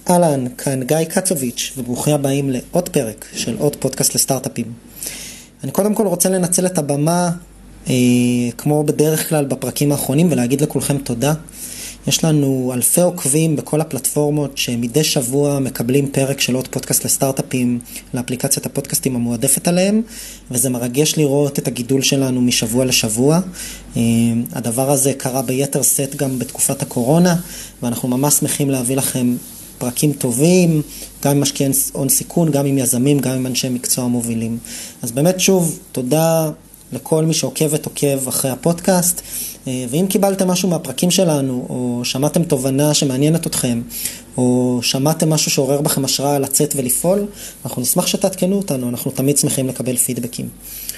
אהלן, כאן גיא קצוביץ' וברוכים הבאים לעוד פרק של עוד פודקאסט לסטארט-אפים. אני קודם כל רוצה לנצל את הבמה, כמו בדרך כלל בפרקים האחרונים, ולהגיד לכולכם תודה. יש לנו אלפי עוקבים בכל הפלטפורמות שמדי שבוע מקבלים פרק של עוד פודקאסט לסטארט-אפים לאפליקציית הפודקאסטים המועדפת עליהם, וזה מרגש לראות את הגידול שלנו משבוע לשבוע. הדבר הזה קרה ביתר סט גם בתקופת הקורונה, ואנחנו ממש שמחים להביא לכם פרקים טובים, גם עם משקיעי הון סיכון, גם עם יזמים, גם עם אנשי מקצוע מובילים. אז באמת שוב, תודה לכל מי שעוקב אחרי הפודקאסט, ואם קיבלתם משהו מהפרקים שלנו, או שמעתם תובנה שמעניינת אתכם, או שמעתם משהו שעורר בכם השראה לצאת ולפעול, אנחנו נשמח שתעדכנו אותנו, אנחנו תמיד שמחים לקבל פידבקים.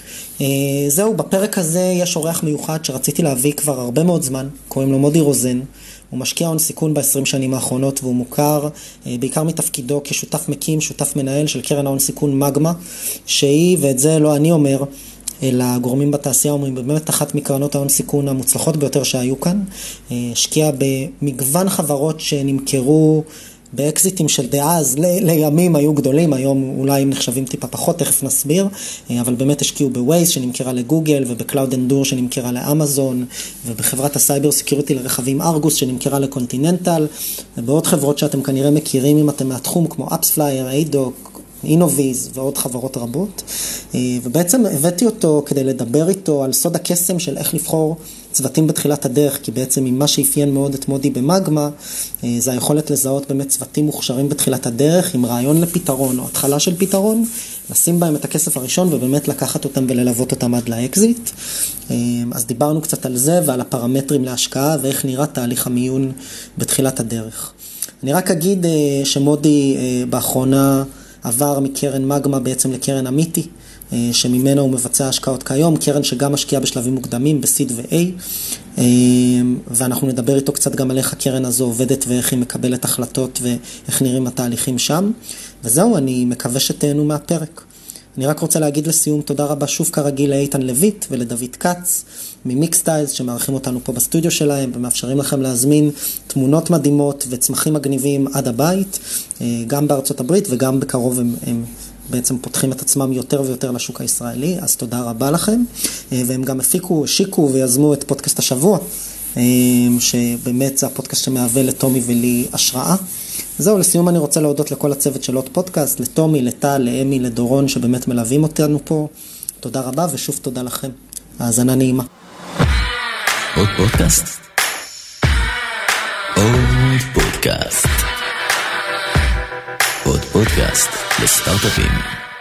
זהו, בפרק הזה יש אורח מיוחד שרציתי להביא כבר הרבה מאוד זמן, קוראים לו מודי רוזן, הוא משקיע הון סיכון ב-20 שנים האחרונות, והוא מוכר בעיקר מתפקידו כשותף מקים, שותף מנהל של קרן ההון סיכון מגמה, שהיא, ואת זה לא אני אומר, אלא גורמים בתעשייה אומרים, באמת אחת מקרנות ההון סיכון המוצלחות ביותר שהיו כאן, השקיע במגוון חברות שנמכרו באקזיטים של דאז, לימים היו גדולים, היום אולי הם נחשבים טיפה פחות, תכף נסביר, אבל באמת השקיעו בווייז שנמכרה לגוגל, ובקלאוד אנדור שנמכרה לאמזון, ובחברת הסייבר סקיוריטי לרכבים ארגוס שנמכרה לקונטיננטל, ובעוד חברות שאתם כנראה מכירים אם אתם מהתחום, כמו אפספלייר, איידוק, אינוביז ועוד חברות רבות, ובעצם הבאתי אותו כדי לדבר איתו על סוד הקסם של איך לבחור צוותים בתחילת הדרך, כי בעצם ממה שאפיין מאוד את מודי במגמה, זה היכולת לזהות באמת צוותים מוכשרים בתחילת הדרך, עם רעיון לפתרון או התחלה של פתרון, לשים בהם את הכסף הראשון ובאמת לקחת אותם וללוות אותם עד לאקזיט. אז דיברנו קצת על זה ועל הפרמטרים להשקעה ואיך נראה תהליך המיון בתחילת הדרך. אני רק אגיד שמודי באחרונה עבר מקרן מגמה בעצם לקרן אמיתי, שממנו הוא מבצע השקעות כיום, קרן שגם משקיעה בשלבים מוקדמים, ב-seed ו-A, ואנחנו נדבר איתו קצת גם על איך הקרן הזו עובדת ואיך היא מקבלת החלטות ואיך נראים התהליכים שם. וזהו, אני מקווה שתהנו מהפרק. אני רק רוצה להגיד לסיום תודה רבה שוב כרגיל לאיתן לויט ולדוד קץ ממיקסטייז שמארחים אותנו פה בסטודיו שלהם ומאפשרים לכם להזמין תמונות מדהימות וצמחים מגניבים עד הבית, גם בארצות הברית וגם בקרוב הם בעצם פותחים את עצמם יותר ויותר לשוק הישראלי, אז תודה רבה לכם. והם גם השיקו ויזמו את פודקאסט השבוע, שבאמת זה הפודקאסט שמהווה לטומי ולי השראה. זהו, לסיום אני רוצה להודות לכל הצוות של עוד פודקאסט, לטומי, לטל, לאמי, לדורון, שבאמת מלווים אותנו פה. תודה רבה ושוב תודה לכם. האזנה נעימה. עוד פודקאסט? עוד פודקאסט. עוד פודקאסט לסטארט-אפים.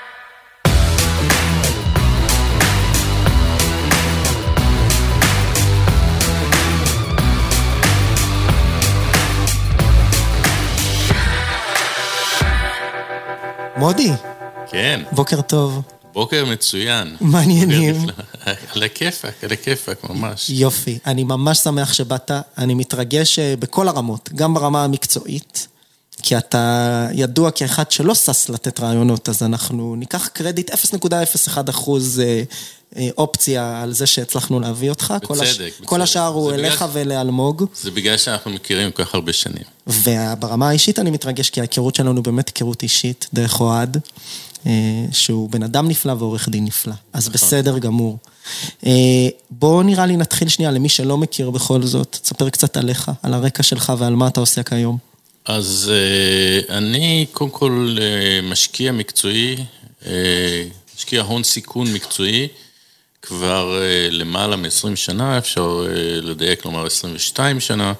מודי. כן. בוקר טוב. בוקר מצוין. מעניינים. על הכיפק, ממש. יופי. אני ממש שמח שבאת. אני מתרגש בכל הרמות, גם ברמה המקצועית, כי אתה ידוע כאחד שלא סס לתת רעיונות, אז אנחנו ניקח קרדיט 0.01% אופציה על זה שהצלחנו להביא אותך. בצדק. כל השאר הוא אליך ולאלמוג. זה בגלל שאנחנו מכירים כל כך הרבה שנים. וברמה האישית אני מתרגש, כי ההיכרות שלנו באמת היכרות אישית, דרך אוהד, שהוא בן אדם נפלא ועורך דין נפלא. אז בסדר גמור. בוא נראה לי נתחיל שנייה למי שלא מכיר בכל זאת, תספר קצת עליך, על הרקע שלך ועל מה אתה עושה כיום. אז אני קודם כל משקיע מקצועי, משקיע הון סיכון מקצועי, כבר למעלה מ-20 שנה, אפשר לדייק לומר 22 שנה,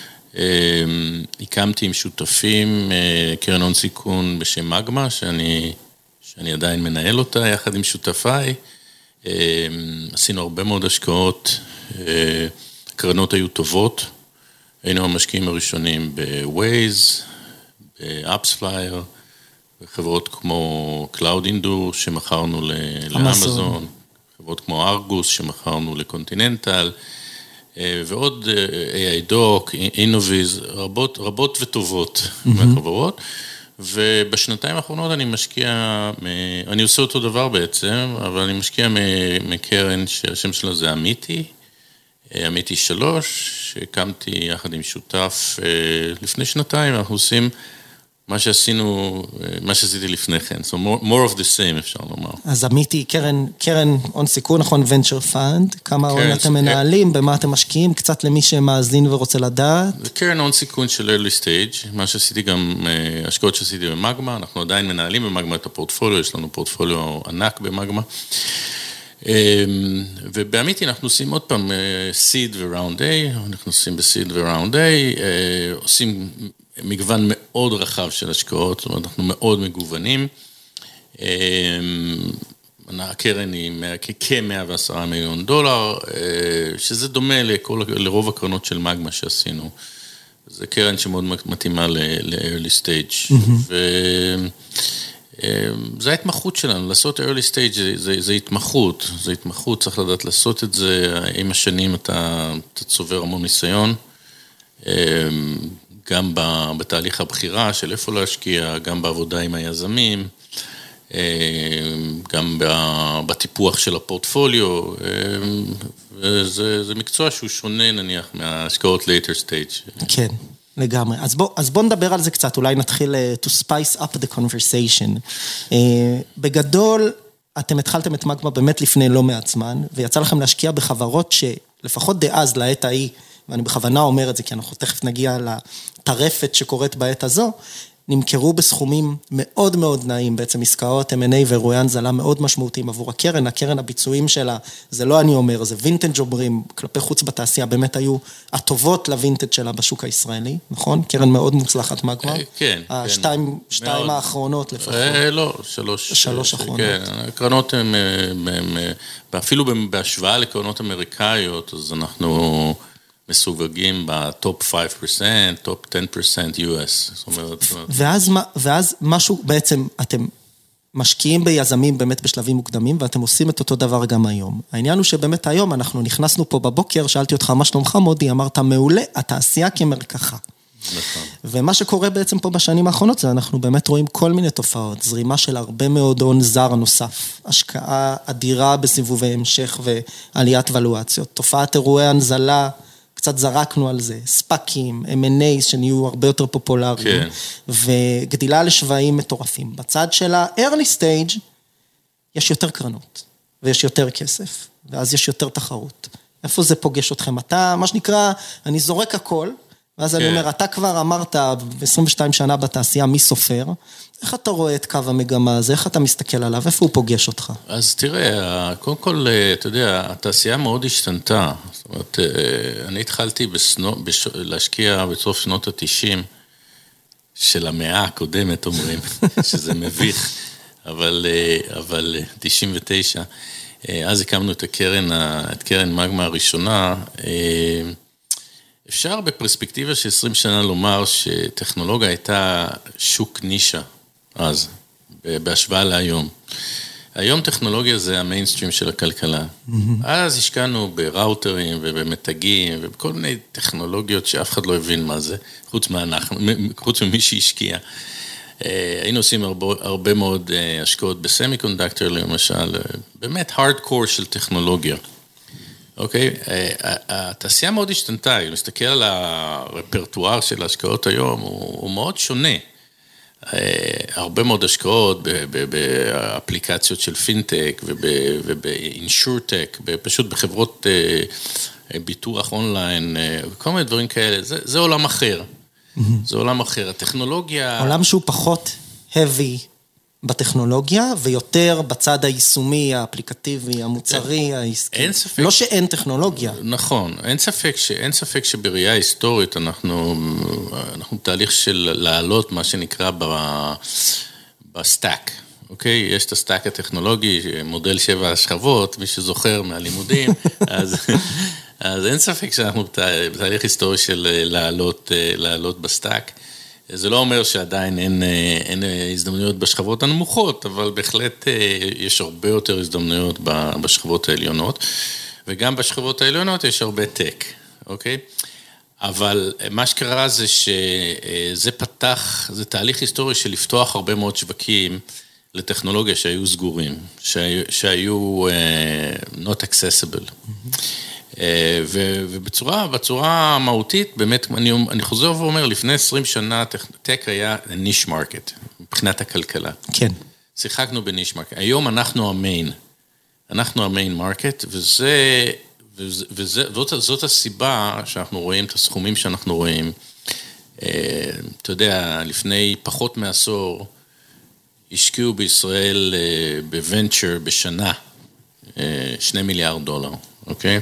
הקמתי עם שותפים קרן הון סיכון בשם מגמה, שאני עדיין מנהל אותה יחד עם שותפיי, עשינו הרבה מאוד השקעות, הקרנות היו טובות, היינו המשקיעים הראשונים בווייז, באפספלייר, בחברות כמו קלאוד אנדור שמכרנו לאמזון, חברות כמו ארגוס שמכרנו לקונטיננטל, ועוד איידוק, אינוביז, רבות וטובות מהחברות, ובשנתיים האחרונות אני משקיע, אני עושה אותו דבר בעצם, אבל אני משקיע מקרן שהשם שלה זה אמיתי, אמיתי 3, שהקמתי יחד עם שותף לפני שנתיים, אנחנו עושים מה שעשיתי לפני כן. So more of the same, אפשר לומר. אז עמיתי, קרן הון סיכון, נכון, venture fund, כמה הון אתם מנהלים, במה אתם משקיעים, קצת למי שמאזין ורוצה לדעת. זה קרן הון סיכון של early stage, מה שעשיתי גם, השקעות שעשיתי במגמה, אנחנו עדיין מנהלים במגמה את הפורטפוליו, יש לנו פורטפוליו ענק במגמה. ובאמיתי אנחנו עושים עוד פעם seed ו-round A, אנחנו עושים ב-seed ו-round A, עושים מגוון מאוד רחב של השקעות, זאת אומרת, אנחנו מאוד מגוונים. הקרן היא כ-$110 מיליון, שזה דומה לרוב הקרנות של מגמה שעשינו. זה קרן שמאוד מתאימה ל-early stage. זה ההתמחות שלנו, לעשות early stage זה התמחות, צריך לדעת לעשות את זה, עם השנים אתה צובר המון ניסיון, גם בתהליך הבחירה של איפה להשקיע, גם בעבודה עם היזמים, גם בטיפוח של הפורטפוליו, זה מקצוע שהוא שונה נניח מההשקעות later stage. כן. לגמרי. אז בוא נדבר על זה קצת, אולי נתחיל to spice up the conversation. בגדול, אתם התחלתם את מגמה באמת לפני לא מעט זמן, ויצא לכם להשקיע בחברות שלפחות דאז לעת ההיא, ואני בכוונה אומר את זה, כי אנחנו תכף נגיע לטרפת שקורית בעת הזו, נמכרו בסכומים מאוד מאוד נעים, בעצם עסקאות M&A ואירועי הנזלה מאוד משמעותיים עבור הקרן הביצועים שלה, זה לא אני אומר, זה וינטג' אומרים, כלפי חוץ בתעשייה, באמת היו הטובות לוינטג' שלה בשוק הישראלי, נכון? קרן מאוד מוצלחת מגמה. כן. שתיים האחרונות לפחות. לא, שלוש אחרונות. כן, הקרנות הן, אפילו בהשוואה לקרנות אמריקאיות, אז אנחנו מסווגים בטופ 5%, טופ 10% US. זאת אומרת, ואז משהו, בעצם אתם משקיעים ביזמים באמת בשלבים מוקדמים, ואתם עושים את אותו דבר גם היום. העניין הוא שבאמת היום אנחנו נכנסנו פה בבוקר, שאלתי אותך מה שלומך מודי, אמרת מעולה, התעשייה כמרקחה. נכון. ומה שקורה בעצם פה בשנים האחרונות, זה אנחנו באמת רואים כל מיני תופעות, זרימה של הרבה מאוד הון זר נוסף, השקעה אדירה בסיבובי המשך ועליית ולואציות, תופעת אירועי הנזלה, קצת זרקנו על זה, ספקים, M&A שנהיו הרבה יותר פופולריים, כן. וגדילה לשווים מטורפים. בצד של ה-early stage, יש יותר קרנות, ויש יותר כסף, ואז יש יותר תחרות. איפה זה פוגש אתכם? אתה, מה שנקרא, אני זורק הכל, ואז אני אומר, אתה כבר אמרת, 22 שנה בתעשייה, מי סופר? איך אתה רואה את קו המגמה הזה? איך אתה מסתכל עליו? איפה הוא פוגש אותך? אז תראה, קודם כל, אתה יודע, התעשייה מאוד השתנתה. זאת אומרת, אני התחלתי להשקיע בסוף שנות ה-90 של המאה הקודמת, אומרים, שזה מביך, אבל 99, אז הקמנו את קרן מגמה הראשונה, אפשר בפרספקטיבה של 20 שנה לומר שטכנולוגיה הייתה שוק נישה אז, בהשוואה להיום. היום טכנולוגיה זה המיינסטרים של הכלכלה. אז השקענו בראוטרים ובמתגים ובכל מיני טכנולוגיות שאף אחד לא הבין מה זה, חוץ ממי שהשקיע. היינו עושים הרבה מאוד השקעות בסמיקונדקטור למשל, באמת הארדקור של טכנולוגיה. אוקיי, התעשייה מאוד השתנתה, אם נסתכל על הרפרטואר של ההשקעות היום, הוא מאוד שונה. הרבה מאוד השקעות באפליקציות של פינטק ובאינשורטק, פשוט בחברות ביטוח אונליין, כל מיני דברים כאלה, זה עולם אחר. זה עולם אחר, הטכנולוגיה... עולם שהוא פחות heavy בטכנולוגיה, ויותר בצד היישומי, האפליקטיבי, המוצרי, העסקי. אין ספק. לא שאין טכנולוגיה. נכון, אין ספק שבראייה היסטורית אנחנו תהליך של לעלות מה שנקרא בסטאק. אוקיי? יש את הסטאק הטכנולוגי, מודל 7 השכבות, מי שזוכר מהלימודים, אז אין ספק שאנחנו בתהליך היסטורי של לעלות בסטאק. זה לא אומר שעדיין אין הזדמנויות בשכבות הנמוכות, אבל בהחלט יש הרבה יותר הזדמנויות בשכבות העליונות, וגם בשכבות העליונות יש הרבה טק, אוקיי? אבל מה שקרה זה שזה פתח, זה תהליך היסטורי של לפתוח הרבה מאוד שווקים לטכנולוגיה שהיו סגורים, שהיו not accessible. ובצורה מהותית, באמת, אני חוזר ואומר, לפני 20 שנה, טק היה ניש מרקט, מבחינת הכלכלה. כן. שיחקנו בניש מרקט. היום אנחנו המיין מרקט, וזאת הסיבה שאנחנו רואים את הסכומים שאנחנו רואים. אתה יודע, לפני פחות מעשור, השקיעו בישראל בוונצ'ר בשנה, $2 מיליארד, אוקיי?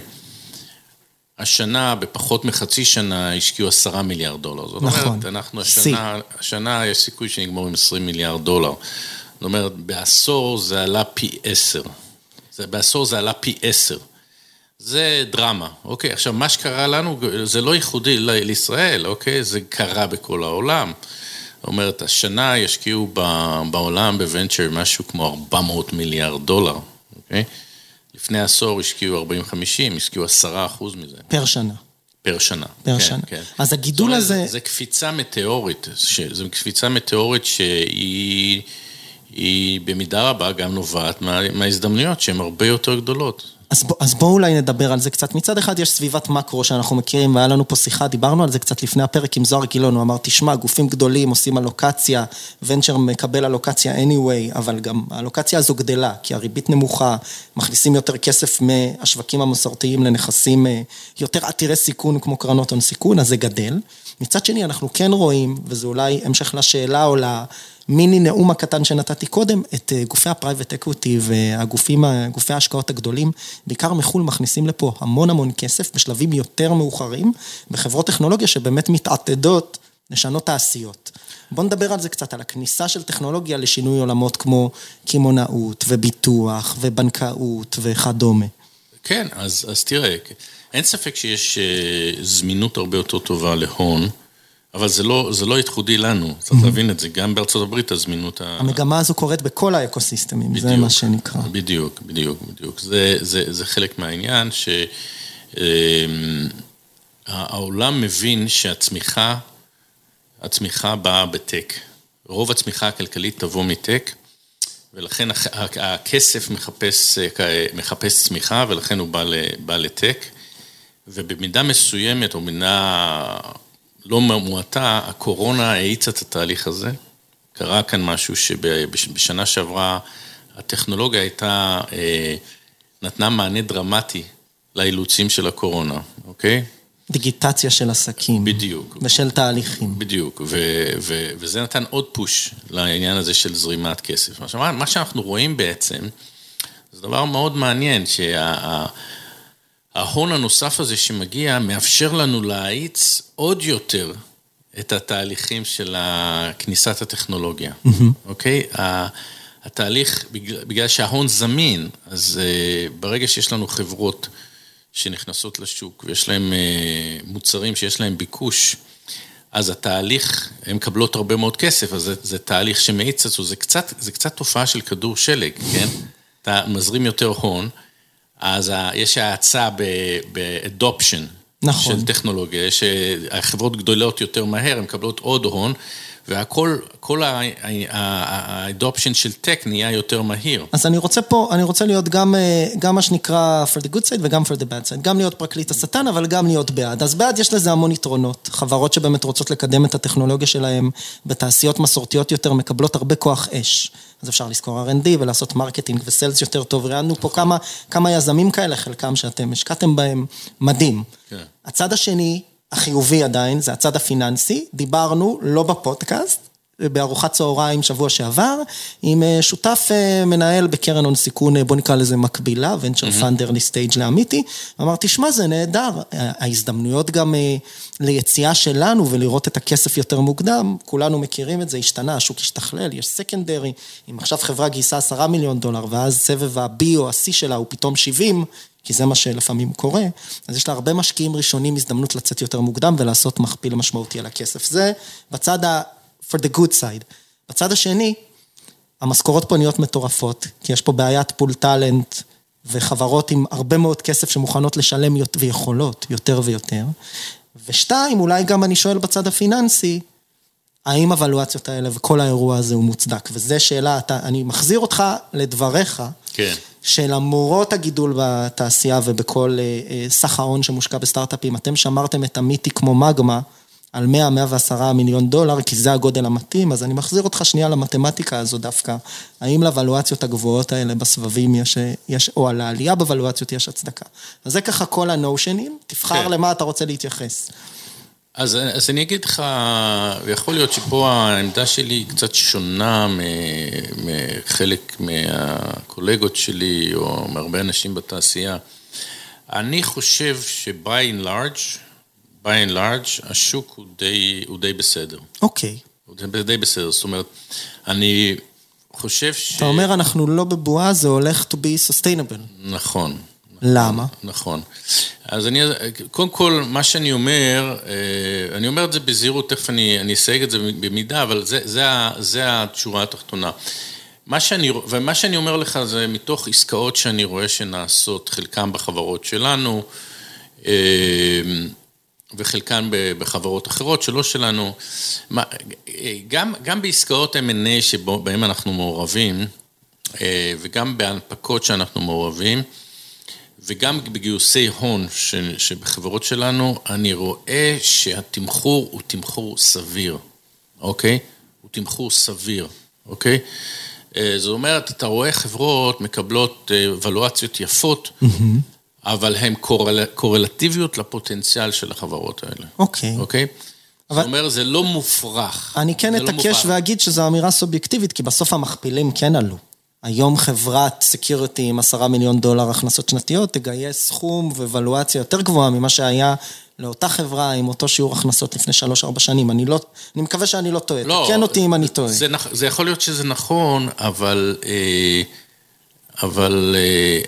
השנה, בפחות מחצי שנה, השקיעו $10 מיליארד. זאת אומרת, אנחנו השנה יש סיכוי שנגמור עם $20 מיליארד. זאת אומרת, בעשור זה עלה פי 10. בעשור זה עלה פי 10. זה דרמה, אוקיי? עכשיו, מה שקרה לנו, זה לא ייחודי לישראל, אוקיי? זה קרה בכל העולם. זאת אומרת, השנה ישקיעו בעולם בוונצ'ר משהו כמו $400 מיליארד, אוקיי? לפני עשור השקיעו 40-50, השקיעו 10% מזה. פר שנה. פר שנה. פר שנה. כן. אז הגידול הזה... זה קפיצה מטאורית, זו קפיצה מטאורית שהיא במידה רבה גם נובעת מההזדמנויות שהן הרבה יותר גדולות. אז בואו אולי נדבר על זה קצת. מצד אחד יש סביבת מקרו שאנחנו מכירים, והיה לנו פה שיחה, דיברנו על זה קצת לפני הפרק עם זוהר גילון, הוא אמר, תשמע, גופים גדולים עושים אלוקציה, ונצ'ר מקבל אלוקציה anyway, אבל גם האלוקציה הזו גדלה, כי הריבית נמוכה, מכניסים יותר כסף מהשווקים המסורתיים לנכסים יותר עתירי סיכון, כמו קרנות הון סיכון, אז זה גדל. מצד שני, אנחנו כן רואים, וזה אולי המשך לשאלה או מיני נאום הקטן שנתתי קודם, את גופי הפרייבט אקוויטי גופי ההשקעות הגדולים, בעיקר מחול מכניסים לפה המון כסף בשלבים יותר מאוחרים, בחברות טכנולוגיה שבאמת מתעתדות לשנות תעשיות. בואו נדבר על זה קצת, על הכניסה של טכנולוגיה לשינוי עולמות כמו קימונאות וביטוח ובנקאות וכדומה. כן, אז תראה, אין ספק שיש זמינות הרבה יותר טובה להון, אבל זה לא ייחודי לנו, צריך להבין את זה, גם בארצות הברית הזמינות... המגמה הזו קורית בכל האקוסיסטמים, זה מה שנקרא. בדיוק. זה חלק מהעניין שהעולם מבין שהצמיחה באה בטק. רוב הצמיחה הכלכלית תבוא מטק, ולכן הכסף מחפש צמיחה, ולכן הוא בא לטק, ובמידה מסוימת, או מידה... לא מועטה, הקורונה האיצה את התהליך הזה. קרה כאן משהו שבשנה שעברה הטכנולוגיה נתנה מענה דרמטי לאילוצים של הקורונה, אוקיי? דיגיטציה של עסקים. בדיוק. ושל תהליכים. בדיוק, וזה נתן עוד פוש לעניין הזה של זרימת כסף. עכשיו, מה שאנחנו רואים בעצם, זה דבר מאוד מעניין, ההון הנוסף הזה שמגיע מאפשר לנו להאיץ עוד יותר את התהליכים של כניסת הטכנולוגיה, אוקיי? התהליך, בגלל שההון זמין, אז ברגע שיש לנו חברות שנכנסות לשוק, ויש להם מוצרים שיש להם ביקוש, אז התהליך, הן מקבלות הרבה מאוד כסף, אז זה תהליך שמאיץ, זה קצת תופעה של כדור שלג, כן? אתה מזרים יותר הון, אז יש ההצעה באדופשן של טכנולוגיה, שהחברות גדולות יותר מהר, הן מקבלות עוד הון, וכל האדופשן של טק נהיה יותר מהיר. אז אני רוצה להיות גם מה שנקרא for the good side וגם for the bad side, גם להיות פרקליט השטן, אבל גם להיות בעד. אז בעד יש לזה המון יתרונות. חברות שבאמת רוצות לקדם את הטכנולוגיה שלהם בתעשיות מסורתיות יותר, מקבלות הרבה כוח אש. אז אפשר לזכור R&D ולעשות מרקטינג וסיילס יותר טוב. ראינו פה כמה יזמים כאלה, חלקם שאתם השקעתם בהם, מדהים. הצד השני, החיובי עדיין, זה הצד הפיננסי, דיברנו לא בפודקאסט, בארוחת צהריים שבוע שעבר, עם שותף מנהל בקרן הון סיכון, בוא נקרא לזה מקבילה, ונצ'ר פאנדר לסטייג' לאמיתי, אמרתי, שמה זה נהדר, ההזדמנויות גם ליציאה שלנו ולראות את הכסף יותר מוקדם, כולנו מכירים את זה, השתנה, השוק השתכלל, יש סקנדרי, אם עכשיו חברה גייסה $10 מיליון, ואז סבב ה-B או ה-C שלה הוא פתאום 70, כי זה מה שלפעמים קורה, אז יש לה הרבה משקיעים ראשונים הזדמנות לצאת יותר מוקדם ולעשות מכפיל משמעותי על הכסף. זה בצד for the good side. בצד השני, המשכורות פה נהיות מטורפות, כי יש פה בעיית פול טלנט וחברות עם הרבה מאוד כסף שמוכנות לשלם ויכולות יותר ויותר. ושתיים, אולי גם אני שואל בצד הפיננסי, האם הוולואציות האלה וכל האירוע הזה הוא מוצדק? וזו שאלה, אני מחזיר אותך לדבריך, כן. שלמרות הגידול בתעשייה ובכל סך ההון שמושקע בסטארט-אפים, אתם שמרתם את המיתי כמו מגמה, על 100-110 מיליון דולר, כי זה הגודל המתאים, אז אני מחזיר אותך שנייה למתמטיקה הזו דווקא. האם לוולואציות הגבוהות האלה בסבבים יש, או על העלייה בוולואציות יש הצדקה. אז זה ככה כל הנושנים, תבחר למה אתה רוצה להתייחס. אז אני אגיד לך, ויכול להיות שפה העמדה שלי קצת שונה מחלק מהקולגות שלי, או מהרבה אנשים בתעשייה. אני חושב ש-by and large, השוק הוא די בסדר. אוקיי. הוא די בסדר, זאת אומרת, אני חושב אתה אומר, אנחנו לא בבועה, זה הולך to be sustainable. נכון. למה? נכון. אז קודם כל, מה שאני אומר, אני אומר את זה בזהירות, תכף אני אסייג את זה במידה, אבל זה התשורה התחתונה. ומה שאני אומר לך זה מתוך עסקאות שאני רואה שנעשות, חלקם בחברות שלנו, וחלקן בחברות אחרות שלא שלנו, גם בעסקאות M&A שבהם אנחנו מעורבים, וגם בהנפקות שאנחנו מעורבים, וגם בגיוסי הון שבחברות שלנו, אני רואה שהתמחור הוא תמחור סביר, אוקיי? הוא תמחור סביר, אוקיי? זאת אומרת, אתה רואה חברות מקבלות ולואציות יפות, אבל הן קורלטיביות לפוטנציאל של החברות האלה. אוקיי. אוקיי? זאת אומרת, זה לא מופרך. אני כן אתעקש ואגיד שזו אמירה סובייקטיבית, כי בסוף המכפילים כן עלו. היום חברת סקיוריטי עם 10 מיליון דולר הכנסות שנתיות, תגייס סכום וולואציה יותר גבוהה ממה שהיה לאותה חברה עם אותו שיעור הכנסות לפני 3-4 שנים. אני מקווה שאני לא טועה. תקן אותי אם אני טועה. זה יכול להיות שזה נכון, אבל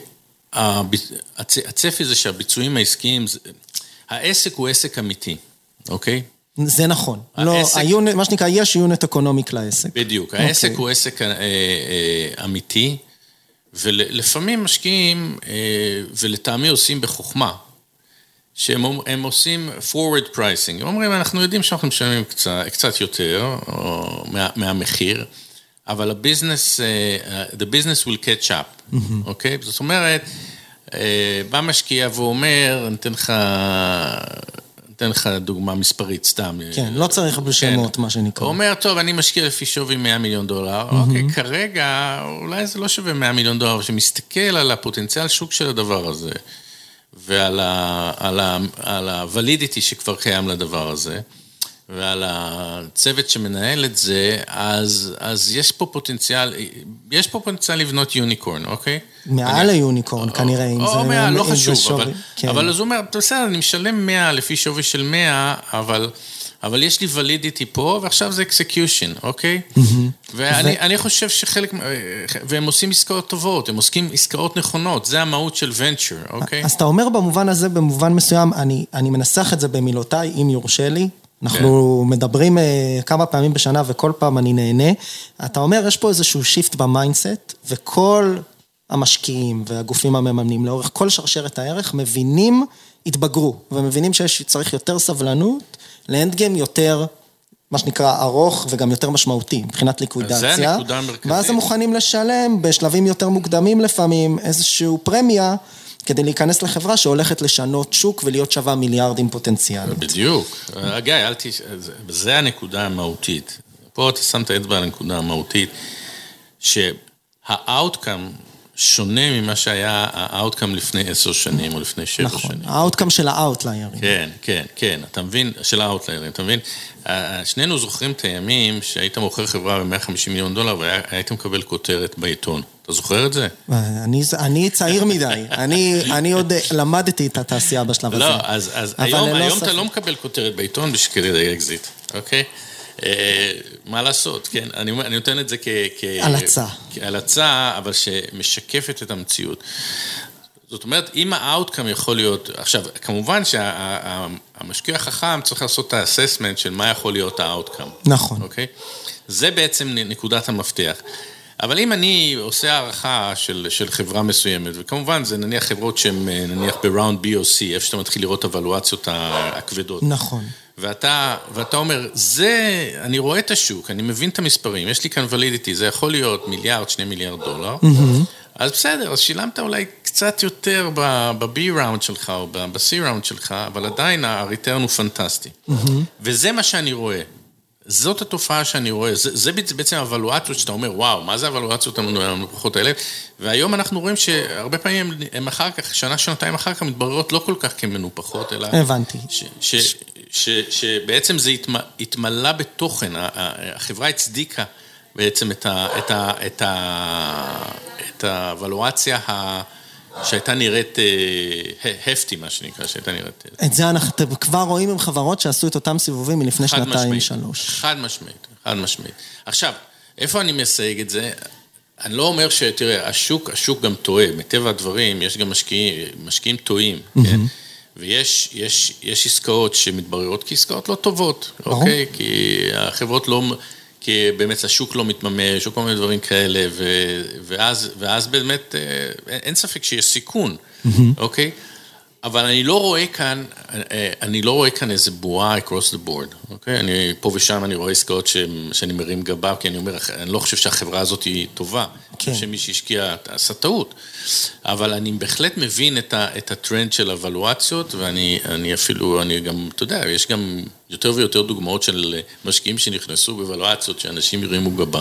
הצפי זה שהביצועים העסקיים, העסק הוא עסק אמיתי, אוקיי? זה נכון. לא, מה שנקרא, יש יונט אקונומיק לעסק. בדיוק, העסק הוא עסק אמיתי, ולפעמים משקיעים, ולטעמי עושים בחוכמה, שהם עושים forward pricing. הם אומרים, אנחנו יודעים שאנחנו משלמים קצת יותר, מהמחיר, אבל the business will catch up, אוקיי? זאת אומרת, בא משקיע ואומר, נתן לך דוגמה מספרית, סתם. כן, לא צריך בשמות, מה שנקרא. הוא אומר, טוב, אני משקיע לפי שווי 100 מיליון דולר, אוקיי, כרגע, אולי זה לא שווה 100 מיליון דולר, שמסתכל על הפוטנציאל שוק של הדבר הזה, ועל הוולידיטי שכבר קיים לדבר הזה, ועל הצוות שמנהל את זה, אז יש פה פוטנציאל לבנות יוניקורן, אוקיי? מעל היוניקורן, כנראה, אם זה... או מעל, לא חשוב, אבל אז הוא אומר, בסדר, אני משלם 100 לפי שווי של 100, אבל יש לי ולידיטי פה, ועכשיו זה אקסקיושן, אוקיי? ואני חושב שחלק, והם עושים עסקאות טובות, הם עושים עסקאות נכונות, זה המהות של ונצ'ר, אוקיי? אז אתה אומר במובן הזה, במובן מסוים, אני מנסח את זה במילותיי, אם יורשה לי, אנחנו מדברים כמה פעמים בשנה וכל פעם אני נהנה. אתה אומר, יש פה איזשהו שיפט במיינדסט, וכל המשקיעים והגופים המממנים לאורך כל שרשרת הערך מבינים, התבגרו, ומבינים שצריך יותר סבלנות, לאנדגיים יותר, מה שנקרא, ארוך וגם יותר משמעותי, מבחינת ליקווידציה. זה הנקודה המרכזית. ואז הם מוכנים לשלם בשלבים יותר מוקדמים לפעמים, איזשהו פרמיה, כדי להיכנס לחברה שהולכת לשנות שוק ולהיות שווה מיליארדים פוטנציאלית. בדיוק. גיא, זה הנקודה המהותית. פה אתה שם את האצבע על הנקודה המהותית, שהאוטקאם שונה ממה שהיה האוטקאם לפני 10 שנים או לפני 7 שנים. נכון, האוטקאם של האוטליירים. כן, אתה מבין, של האוטליירים, אתה מבין? שנינו זוכרים את הימים שהיית מוכר חברה ב-150 מיליון דולר והיית מקבל כותרת בעיתון. אתה זוכר את זה? אני צעיר מדי, אני עוד למדתי את התעשייה בשלב הזה. לא, אז היום אתה לא מקבל כותרת בעיתון בשביל אקזיט, אוקיי? מה לעשות, כן? אני נותן את זה כהלצה, אבל שמשקפת את המציאות. זאת אומרת, אם האוטקאם יכול להיות, עכשיו, כמובן שהמשקיע החכם צריך לעשות את האססמנט של מה יכול להיות האוטקאם. נכון. אוקיי? זה בעצם נקודת המפתח. אבל אם אני עושה הערכה של חברה מסוימת, וכמובן זה נניח חברות שהן נניח בראונד B או C, איפה שאתה מתחיל לראות הוולואציות הכבדות. נכון. ואתה אומר, אני רואה את השוק, אני מבין את המספרים, יש לי כאן ולידיטי, זה יכול להיות 1-2 מיליארד דולר, אז בסדר, אז שילמת אולי קצת יותר ב-B ראונד שלך או ב-C ראונד שלך, אבל עדיין הריטרן הוא פנטסטי. וזה מה שאני רואה. זאת התופעה שאני רואה. זה בעצם הוולואציות שאתה אומר, וואו, מה זה הוולואציות המנופחות האלה? והיום אנחנו רואים שהרבה פעמים הם אחר כך, שנה, שנתיים אחר כך, מתבררות לא כל כך כמנופחות, אלא... הבנתי. שבעצם זה התמלא בתוכן, החברה הצדיקה בעצם את הוולואציה שהייתה נראית הפטי, מה שנקרא, שהייתה נראית... את זה אנחנו כבר רואים עם חברות שעשו את אותם סיבובים מלפני שנתיים, 3. חד משמעית. עכשיו, איפה אני מסייג את זה? אני לא אומר שתראה, השוק גם טועה, מטבע הדברים, יש גם משקיעים טועים, כן? ויש עסקאות שמתבררות כעסקאות לא טובות, אוקיי? כי החברות לא... כי באמת השוק לא מתממש, או כל מיני דברים כאלה, ואז באמת אין ספק שיש סיכון, אוקיי? אבל אני לא רואה כאן איזה בועה across the board, אוקיי? פה ושם אני רואה עסקאות שאני מרים גבה, כי אני אומר, אני לא חושב שהחברה הזאת היא טובה, אני חושב שמי שהשקיע עשה טעות, אבל אני בהחלט מבין את הטרנד של הוולואציות, ואני אפילו, אני גם, אתה יודע, יש גם יותר ויותר דוגמאות של משקיעים שנכנסו בוולואציות, שאנשים ירימו גבה,